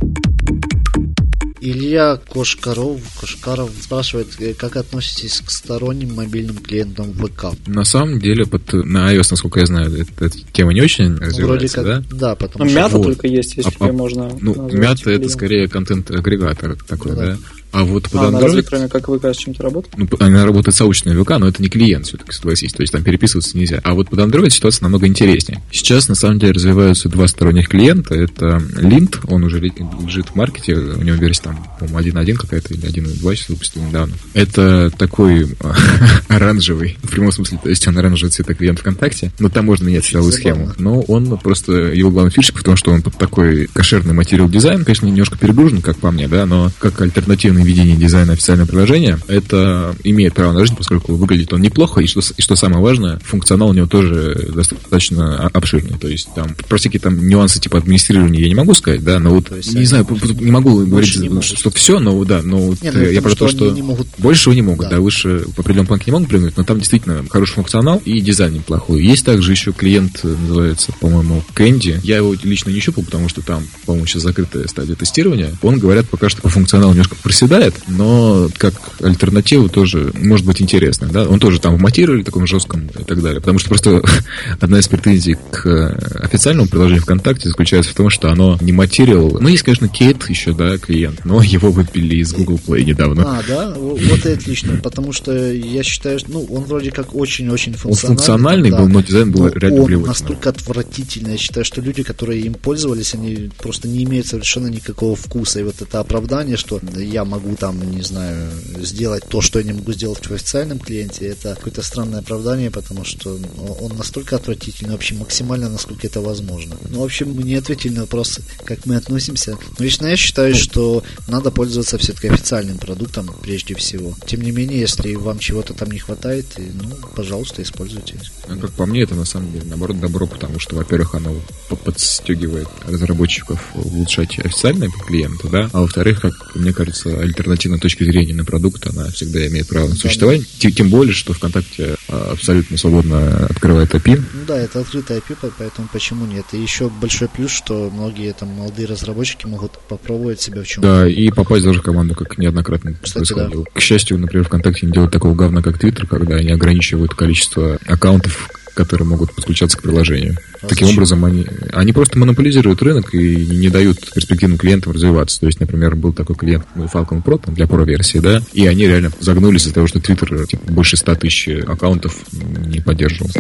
Илья Кошкаров, Кошкаров спрашивает, как относитесь к сторонним мобильным клиентам ВК? На самом деле, под, на iOS, насколько я знаю, эта, эта тема не очень развивается, вроде как, да? Да, потому ну, что... Мята вот. только есть, если а, тебе можно... Ну, Мята это скорее контент-агрегатор такой, ну, да? да? А вот под а, Android... разве кроме как ВК с чем-то работает? Ну, она работает сообщественно ВК, но это не клиент, все-таки, согласись. То есть там переписываться нельзя. А вот под Android ситуация намного интереснее. Сейчас, на самом деле, развиваются два сторонних клиента. Это Lint, он уже лежит в маркете. У него версия там, по-моему, один точка один какая-то или один точка два сейчас выпустил недавно. Это такой оранжевый, в прямом смысле, то есть он оранжевый цветоклиент ВКонтакте. Но там можно менять цветовую схему. Но он просто, его главная фишка в том, что он под такой кошерный материал дизайн, конечно, немножко перегружен, как по мне, да, но как альтернативное видение дизайна официального приложения, это имеет право на жизнь, поскольку выглядит он неплохо, и что, и что самое важное, функционал у него тоже достаточно обширный. То есть там про всякие там нюансы типа администрирования я не могу сказать, да, но вот не знаю, не могу говорить, не что все, но да, но вот не, ну, я про то, что не могут... больше не могут, да. да, выше в определенном плане не могут прыгнуть, но там действительно хороший функционал и дизайн неплохой. Есть также еще клиент, называется, по-моему, Candy. Я его лично не щупал, потому что там, по-моему, сейчас закрытая стадия тестирования. Он, говорят, пока что по функционалу немножко проседает, но как альтернатива тоже может быть интересно, да. Он тоже там в материале таком жестком и так далее. Потому что просто одна из претензий к официальному приложению ВКонтакте заключается в том, что оно не материал. Ну, есть, конечно, Кейт еще, да, клиент, но его выпили из Google Play недавно. А, да? Вот и отлично, потому что я считаю, что, ну, он вроде как очень-очень функциональный. Он функциональный да, был, но дизайн был реально он блевотный. настолько отвратительный. Я считаю, что люди, которые им пользовались, они просто не имеют совершенно никакого вкуса. И вот это оправдание, что я могу там, не знаю, сделать то, что я не могу сделать в официальном клиенте, это какое-то странное оправдание, потому что он настолько отвратительный, вообще максимально, насколько это возможно. Ну, в общем, мы не ответили на вопрос, как мы относимся. Но лично я считаю, что надо пользоваться все-таки официальным продуктом прежде всего. Тем не менее, если вам чего-то там не хватает, ну, пожалуйста, используйте. А как по мне, это на самом деле, наоборот, добро, потому что, во-первых, оно подстегивает разработчиков улучшать официальные клиенты, да, а во-вторых, как мне кажется, альтернативная точка зрения на продукт, она всегда имеет право на существование. Да, тем более, что ВКонтакте абсолютно свободно открывает эй пи ай. Ну да, это открытая эй пи ай, поэтому почему нет? И еще большой плюс, что многие там молодые разработчики могут попробовать себя в чем-то. Да, и попасть даже в команду, как неоднократно Кстати, происходило. Да. К счастью, например, ВКонтакте не делают такого говна, как Твиттер, когда они ограничивают количество аккаунтов, которые могут подключаться к приложению. А Таким зачем? образом, они, они просто монополизируют рынок и не дают перспективным клиентам развиваться. То есть, например, был такой клиент Falcon Pro там, для Pro-версии, да, и они реально загнулись из-за того, что Twitter типа, больше ста тысяч аккаунтов не поддерживал.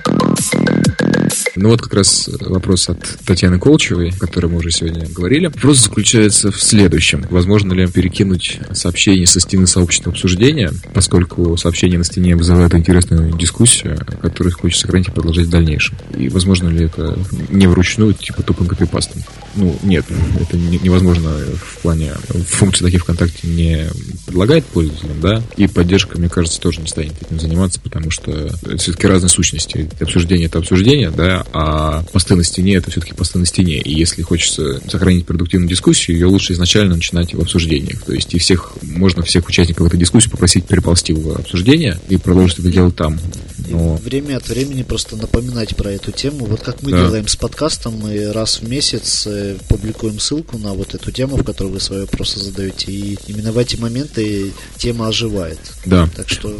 Ну вот как раз вопрос от Татьяны Колчевой, о которой мы уже сегодня говорили. Вопрос заключается в следующем. Возможно ли перекинуть сообщение со стены сообщества обсуждения, поскольку сообщения на стене вызывают интересную дискуссию, которую хочется сохранить и продолжать в дальнейшем. И возможно ли это не вручную, типа тупым копипастом? Ну, нет, это невозможно в плане функции таких ВКонтакте не предлагает пользователям, да, и поддержка, мне кажется, тоже не станет этим заниматься, потому что это все-таки разные сущности. Обсуждение — это обсуждение, да, а посты на стене — это все-таки посты на стене. И если хочется сохранить продуктивную дискуссию, ее лучше изначально начинать в обсуждениях. То есть и всех, можно всех участников этой дискуссии попросить переползти в обсуждение и продолжить это делать там. Но... Время от времени просто напоминать про эту тему. Вот как мы да. делаем с подкастом, мы раз в месяц публикуем ссылку на вот эту тему, в которой вы свои вопросы задаете. И именно в эти моменты тема оживает. Да. Так что...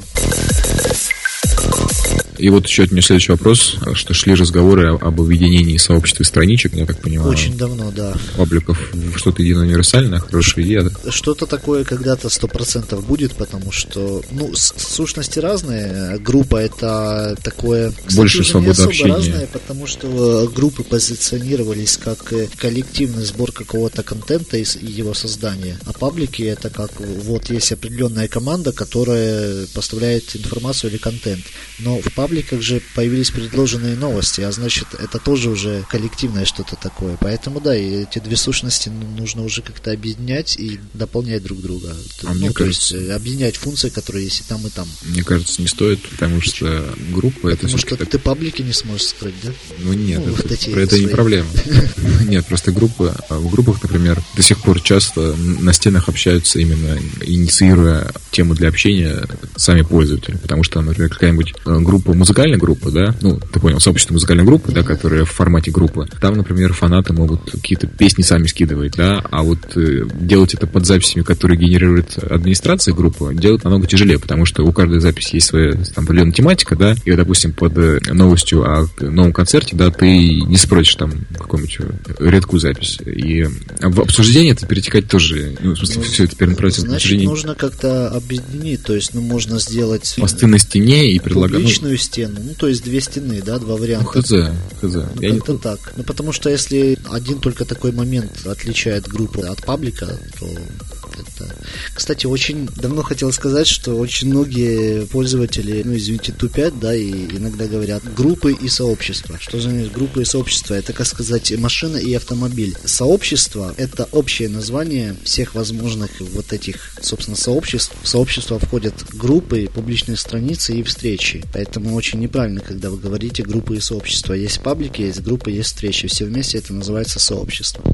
И вот еще от меня следующий вопрос, что шли разговоры об объединении сообществ и страничек, я так понимаю. Очень давно, да. Пабликов, что-то единое универсальное, хорошая идея. Да? Что-то такое когда-то сто процентов будет, потому что, ну, сущности разные. Группа — это такое... Кстати, больше свободы общения. Разное, потому что группы позиционировались как коллективный сбор какого-то контента и его создания. А паблики — это как вот есть определенная команда, которая поставляет информацию или контент. Но в пабликах же появились предложенные новости, а значит, это тоже уже коллективное что-то такое. Поэтому, да, и эти две сущности нужно уже как-то объединять и дополнять друг друга. А ну, мне то кажется, есть объединять функции, которые есть и там, и там. Мне кажется, не стоит, потому что группа — это Потому что так... ты паблики не сможешь скрыть, да? Ну нет, ну, это, это, про это не проблема. Нет, просто группы, в группах, например, до сих пор часто на стенах общаются именно инициируя тему для общения сами пользователи, потому что, например, какая-нибудь группа, музыкальная группа, да, ну, ты понял, сообщество музыкальной группы, да, которая в формате группы, там, например, фанаты могут какие-то песни сами скидывать, да, а вот э, делать это под записями, которые генерирует администрация группы, делать намного тяжелее, потому что у каждой записи есть своя там определенная тематика, да, и, допустим, под новостью о новом концерте, да, ты не спросишь там какую-нибудь редкую запись, и в обсуждение это перетекать тоже, ну, в смысле, ну, все это перенаправить в обсуждение. Значит, нужно как-то объединить, то есть, ну, можно сделать посты на стене и предлагать публичную стену, ну, то есть две стены, да, два варианта. Ну, хз, хз. Ну, Я как-то не... так. Ну, потому что если один только такой момент отличает группу от паблика, то это... Кстати, очень давно хотел сказать, что очень многие пользователи, ну, извините, тупят, да, и иногда говорят группы и сообщества. Что значит группы и сообщества? Это, как сказать, машина и автомобиль. Сообщество — это общее название всех возможных вот этих, собственно, сообществ. В сообщество входят группы, публичные страницы и встречи. Поэтому очень неправильно, когда вы говорите группы и сообщества. Есть паблики, есть группы, есть встречи. Все вместе это называется сообщество.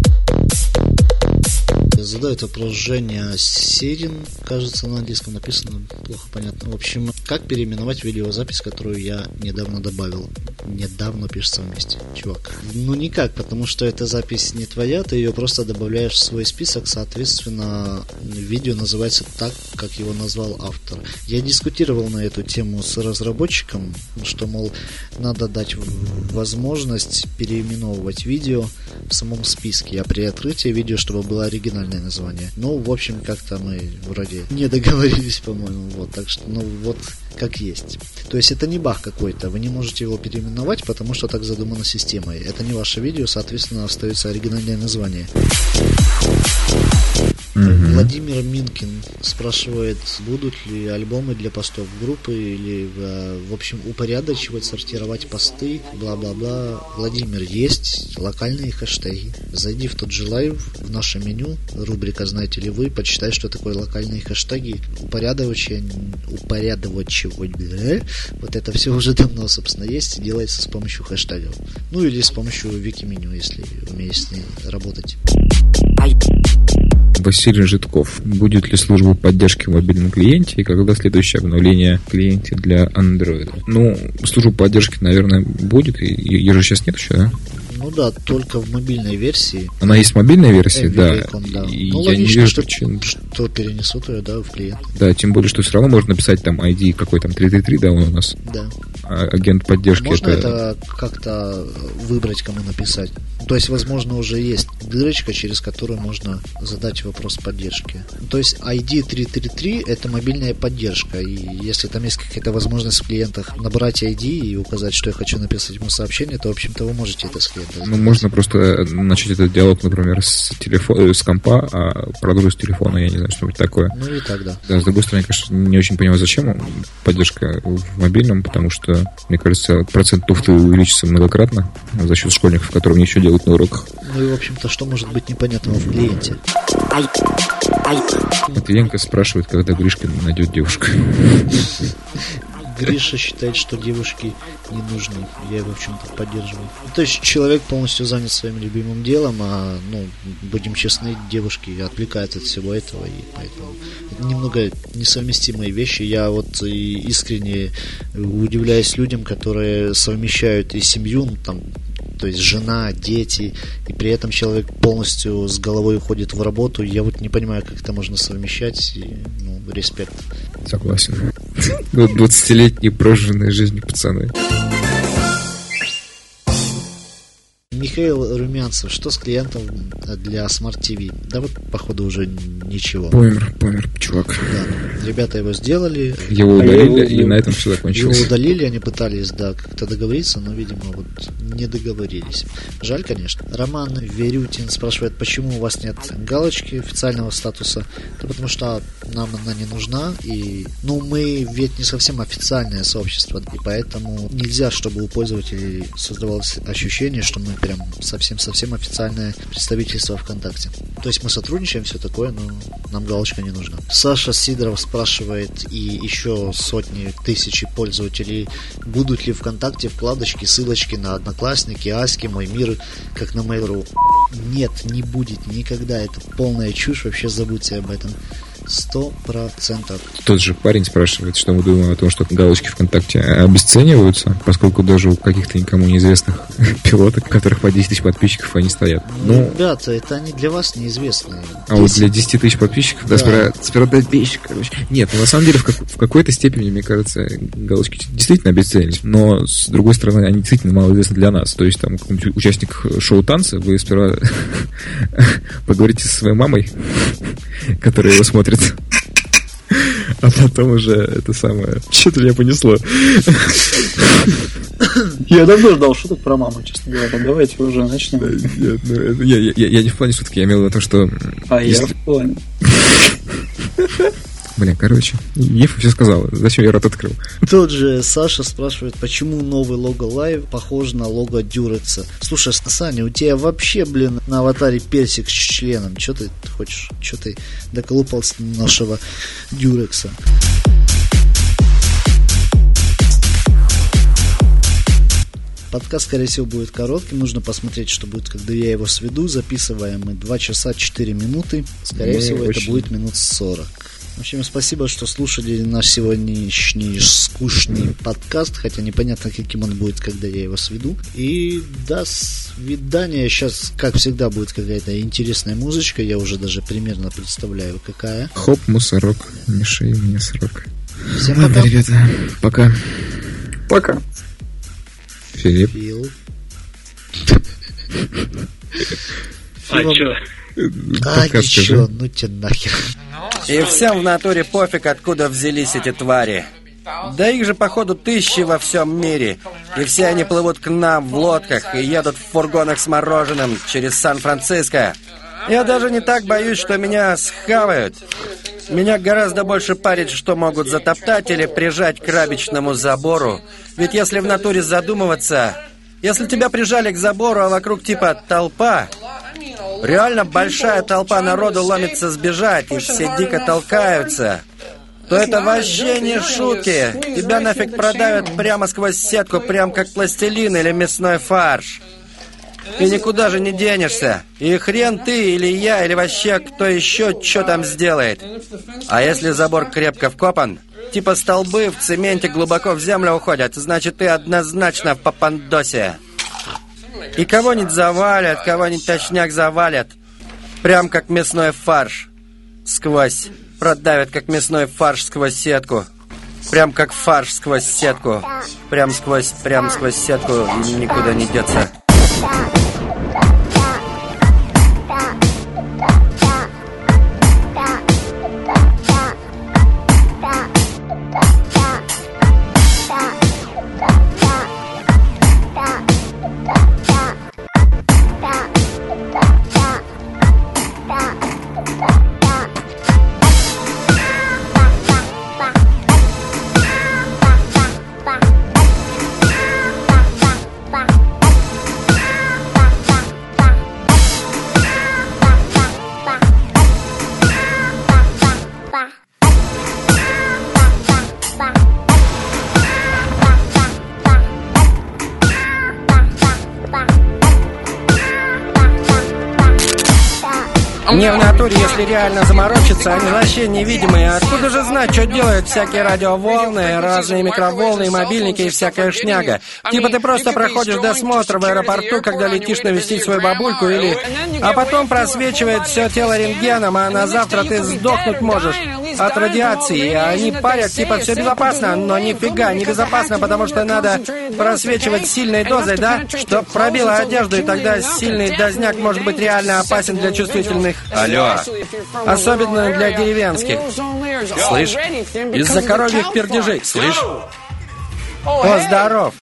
Задает вопрос Женя Серин, кажется, на английском написано, плохо понятно. В общем, как переименовать видеозапись, которую я недавно добавил? Недавно пишется вместе, чувак. Ну никак, потому что эта запись не твоя, ты ее просто добавляешь в свой список, соответственно, видео называется так, как его назвал автор. Я дискутировал на эту тему с разработчиком, что, мол, надо дать возможность переименовывать видео в самом списке, а при открытии видео, чтобы было оригинальное название. Ну, в общем, как-то мы вроде не договорились, по-моему, вот, так что, ну, вот как есть. То есть это не баг какой-то, вы не можете его переименовать, потому что так задумано системой. Это не ваше видео, соответственно, остается оригинальное название. Mm-hmm. Владимир Минкин спрашивает, будут ли альбомы для постов группы или, в общем, упорядочивать, сортировать посты, бла-бла-бла. Владимир, есть локальные хэштеги. Зайди в тот же лайв, в наше меню, рубрика «Знаете ли вы?», почитай, что такое локальные хэштеги, упорядочивать, упорядочивать, бля, вот это все уже давно, собственно, есть и делается с помощью хэштегов. Ну или с помощью вики-меню, если умеешь с ней работать. Василий Житков. Будет ли служба поддержки в мобильном клиенте и когда следующее обновление в клиенте для Android? Ну, служба поддержки, наверное, будет. Ее же сейчас нет еще, да? Ну да, только в мобильной версии. Она есть в мобильной версии, э, да. да. И ну, я логично, не вижу что, причин. Что перенесут ее, да, в клиент. Да, тем более, что все равно можно написать там ай ди какой там три три три, да, он у нас. Да. А, агент поддержки. Можно это... это как-то выбрать, кому написать. То есть, возможно, уже есть дырочка, через которую можно задать вопрос поддержки. То есть ай ди три три три это мобильная поддержка. И если там есть какая-то возможность в клиентах набрать ай ди и указать, что я хочу написать ему сообщение, то, в общем-то, вы можете это с клиента. Ну, можно просто начать этот диалог, например, с телефона, с компа, а продолжить с телефона, я не знаю, что-нибудь такое. Ну и так, да. Да, с другой стороны, конечно, не очень понимаю, зачем поддержка в мобильном, потому что что, мне кажется, процент туфты увеличится многократно за счет школьников, которые ничего делают на уроках. Ну и, в общем-то, что может быть непонятного в клиенте? Матвиенко спрашивает, когда Гришка найдет девушку. Гриша считает, что девушки не нужны. Я его, в чем-то поддерживаю. То есть человек полностью занят своим любимым делом, а, ну, будем честны, девушки отвлекают от всего этого, и поэтому немного несовместимые вещи. Я вот и искренне удивляюсь людям, которые совмещают и семью, ну, там, то есть жена, дети, и при этом человек полностью с головой уходит в работу. Я вот не понимаю, как это можно совмещать, и, ну, респект. Согласен. двадцатилетние прожженные жизни пацаны. Михаил Румянцев, что с клиентом для Smart ти ви? Да вот, походу, уже ничего. Помер, помер, чувак. Да, ребята его сделали. Его удалили, и на этом все закончилось. Его удалили, они пытались, да, как-то договориться, но, видимо, вот не договорились. Жаль, конечно. Роман Верютин спрашивает, почему у вас нет галочки официального статуса? Да потому что нам она не нужна, и, ну, мы ведь не совсем официальное сообщество, и поэтому нельзя, чтобы у пользователей создавалось ощущение, что мы прям совсем-совсем официальное представительство ВКонтакте. То есть мы сотрудничаем, все такое, но нам галочка не нужна. Саша Сидоров спрашивает, и еще сотни тысяч пользователей, будут ли ВКонтакте вкладочки, ссылочки на Одноклассники, Аськи, Мой мир, как на Mail.ru. Нет, не будет никогда. Это полная чушь, вообще забудьте об этом. Сто процентов. Тот же парень спрашивает, что мы думаем о том, что галочки ВКонтакте обесцениваются, поскольку даже у каких-то никому неизвестных пилоток, у которых по десять тысяч подписчиков, они стоят. Ну, ну, ребята, это они для вас неизвестные. А десять... вот для десяти тысяч подписчиков, да, да сперва, сперва дать вещи, короче. Нет, ну, на самом деле, в, как, в какой-то степени, мне кажется, галочки действительно обесценились, но, с другой стороны, они действительно малоизвестны для нас. То есть, там, какой-нибудь участник шоу танца, вы сперва поговорите со своей мамой, которая его смотрит, а потом уже это самое... Что-то меня понесло. Я давно ждал шуток про маму, честно говоря. Давайте уже начнем. Нет, ну, это, я, я, я не в плане шутки, я имел в виду то, что... А если... я в плане. Бля, короче, Ефа все сказала. Зачем я рот открыл? Тот же Саша спрашивает, почему новый лого Live похож на лого Дюрекса. Слушай, Саня, у тебя вообще, блин, на аватаре персик с членом. Че ты хочешь? Че ты доколупался до нашего Дюрекса? Подкаст, скорее всего, будет коротким. Нужно посмотреть, что будет, когда я его сведу. Записываем мы два часа четыре минуты. Скорее ну, всего, очень... это будет минут сорок. В общем, спасибо, что слушали наш сегодняшний скучный подкаст, хотя непонятно, каким он будет, когда я его сведу. И до свидания. Сейчас, как всегда, будет какая-то интересная музычка. Я уже даже примерно представляю, какая. Хоп, мусорок, не шей мне срок. Всем Ладно, пока. ребята, пока. Пока. Филипп. Фил. А, чё? А, ничего, ну тебе нахер. И всем в натуре пофиг, откуда взялись эти твари. Да их же, походу, тысячи во всем мире. И все они плывут к нам в лодках и едут в фургонах с мороженым через Сан-Франциско. Я даже не так боюсь, что меня схавают. Меня гораздо больше парит, что могут затоптать или прижать к рабичному забору. Ведь если в натуре задумываться, если тебя прижали к забору, а вокруг типа толпа, реально большая толпа народу ломится сбежать, и все дико толкаются, то это вообще не шутки. Тебя нафиг продавят прямо сквозь сетку, прям как пластилин или мясной фарш. И никуда же не денешься. И хрен ты, или я, или вообще кто еще что там сделает. А если забор крепко вкопан, типа столбы в цементе глубоко в землю уходят, значит ты однозначно в попандосе. И кого-нибудь завалят, кого-нибудь точняк завалят. Прям как мясной фарш. Сквозь. Продавят как мясной фарш сквозь сетку. Прям как фарш сквозь сетку. Прям сквозь, прям сквозь сетку никуда не деться. Не в натуре, если реально заморочиться, они вообще невидимые. Откуда же знать, что делают всякие радиоволны, разные микроволны, мобильники и всякая шняга? Типа ты просто проходишь досмотр в аэропорту, когда летишь навестить свою бабульку, или... А потом просвечивает все тело рентгеном, а на завтра ты сдохнуть можешь от радиации. А они парят, типа все безопасно, но нифига не безопасно, потому что надо просвечивать сильной дозой, да? Чтоб пробило одежду, и тогда сильный дозняк может быть реально опасен для чувствительных. Алло. Особенно для деревенских. Слышь? Из-за коровьих пердежей. Слышь? О, здоров.